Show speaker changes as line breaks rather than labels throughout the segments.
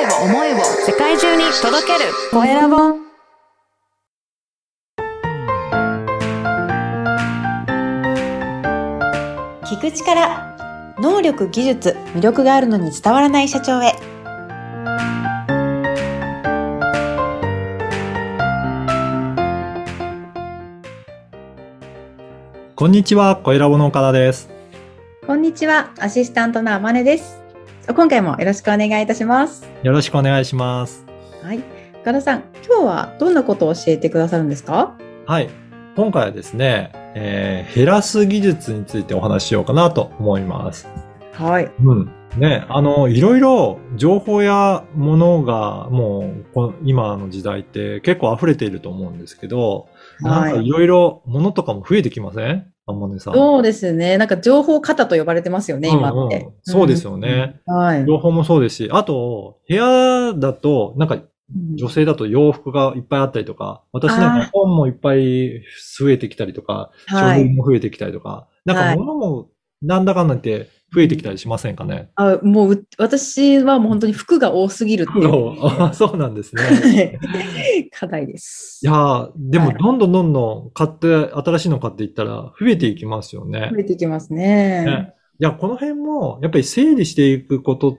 を思いを世界中に届けるコエラボ。
聞く力、能力、技術、魅力があるのに伝わらない社長へ。
こんにちは、コエラボの岡田です。
こんにちは、アシスタントのあまねです。今回もよろしくお願いいたします。
よろしくお願いします。
はい、岡田さん、今日はどんなことを教えてくださるんですか？
はい、今回はですね、減らす技術についてお話ししようかなと思います。
はい。
ね、いろいろ情報やものがもう今の時代って結構溢れていると思うんですけど、なんかいろいろものとかも増えてきません？あまねさん。
そうですね。なんか情報型と呼ばれてますよね、今って。
そうですよね。
はい。
情報もそうですし、あと、部屋だと、なんか女性だと洋服がいっぱいあったりとか、私なんか本もいっぱい増えてきたりとか、書類も増えてきたりとか、なんか物もなんだかんだって増えてきたりしませんかね？
もう私はもう本当に服が多すぎるっていう。
そうなんですね。
課題です。
いやでもどんどん買って、新しいの買っていったら増えていきますよね。
増えていきますね。
いや、この辺も、やっぱり整理していくことって、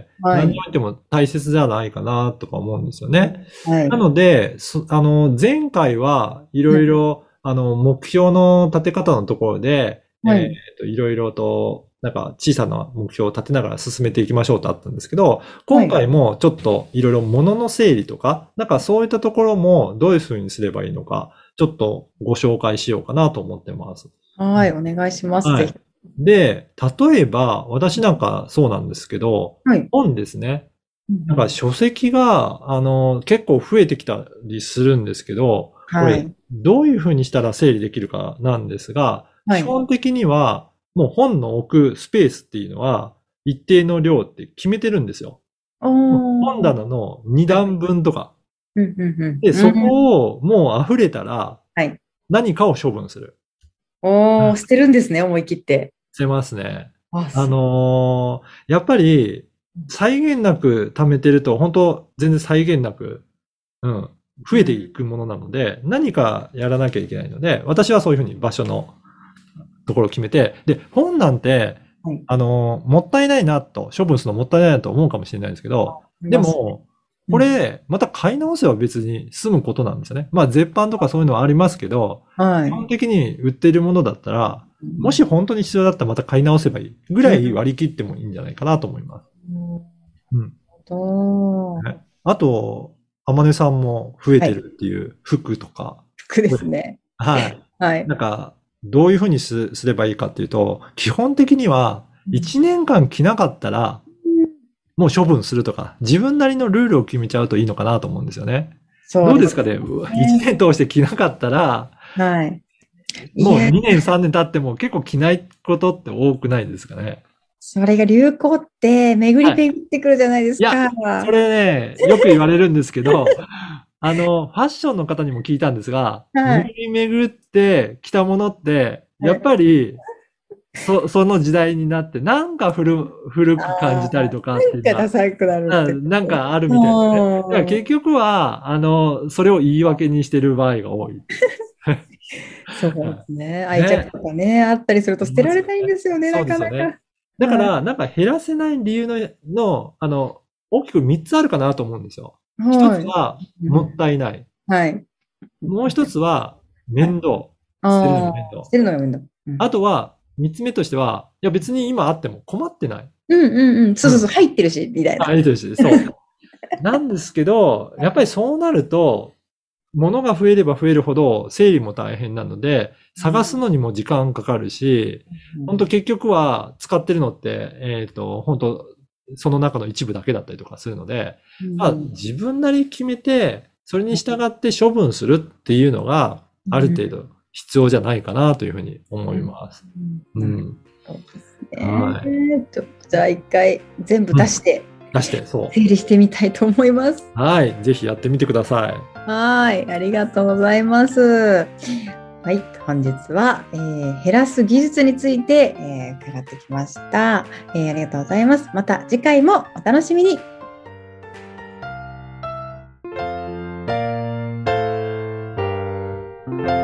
何においても大切じゃないかな、とか思うんですよね。なので、前回はいろいろ、目標の立て方のところで、いろいろと、なんか小さな目標を立てながら進めていきましょうとあったんですけど、今回もちょっといろいろ物の整理とか、なんかそういったところもどういうふうにすればいいのか、ちょっとご紹介しようかなと思ってます。
はい、お願いします。ぜひ。
で、例えば、私なんかそうなんですけど、本ですね。なんか書籍が、結構増えてきたりするんですけど、これ、どういうふうにしたら整理できるかなんですが、基本的には、もう本の置くスペースっていうのは、一定の量って決めてるんですよ。本棚の2段分とか。で、そこをもう溢れたら、何かを処分する。
捨てるんですね、思い切って。
捨てますね。やっぱり、際限なく貯めてると、本当全然際限なく、増えていくものなので、何かやらなきゃいけないので、私はそういうふうに場所のところを決めて、で、本なんて、もったいないなと、処分するのもったいないなと思うかもしれないですけど、でも、これ、また買い直せば別に済むことなんですよね。まあ、絶版とかそういうのはありますけど、基本的に売っているものだったら、もし本当に必要だったらまた買い直せばいいぐらい割り切ってもいいんじゃないかなと思います。あと、あまねさんも増えてるっていう服とか。
服ですね。
はい。なんか、どういうふうにすればいいかっていうと、基本的には1年間着なかったら、もう処分するとか、自分なりのルールを決めちゃうといいのかなと思うんですよね。どうですかね？ 1 年通して着なかったら、もう2年3年経っても結構着ないことって多くないですかね？
それが流行って巡り巡ってくるじゃないですか。
いや、それね、よく言われるんですけど、ファッションの方にも聞いたんですが、巡り巡って着たものって、やっぱり、その時代になって、なんか古く感じたりとかっていうのは、なんかあるみたいですね。だから結局は、それを言い訳にしてる場合が多い。
そうですね。愛着とかね、あったりすると捨てられないんですよね、なかなか。
だから、なんか減らせない理由の、大きく3つあるかなと思うんですよ。一つは、もったいない。もう一つは、面倒。捨てるのが面倒。
捨てるのが面倒。
あとは、3つ目としては、いや別に今あっても困ってない。
そう、入ってるし、みたいな。
入ってるし、そう。なんですけど、やっぱりそうなると、物が増えれば増えるほど整理も大変なので、探すのにも時間かかるし、本当結局は使ってるのって、本当その中の一部だけだったりとかするので、自分なり決めて、それに従って処分するっていうのが、ある程度必要じゃないかなというふうに思います。
そうですね。じゃあ一回全部出して、
そう。
整理してみたいと思います。
はい。ぜひやってみてください。
はい。ありがとうございます。はい。本日は、減らす技術について、伺ってきました。ありがとうございます。また次回もお楽しみに。
す。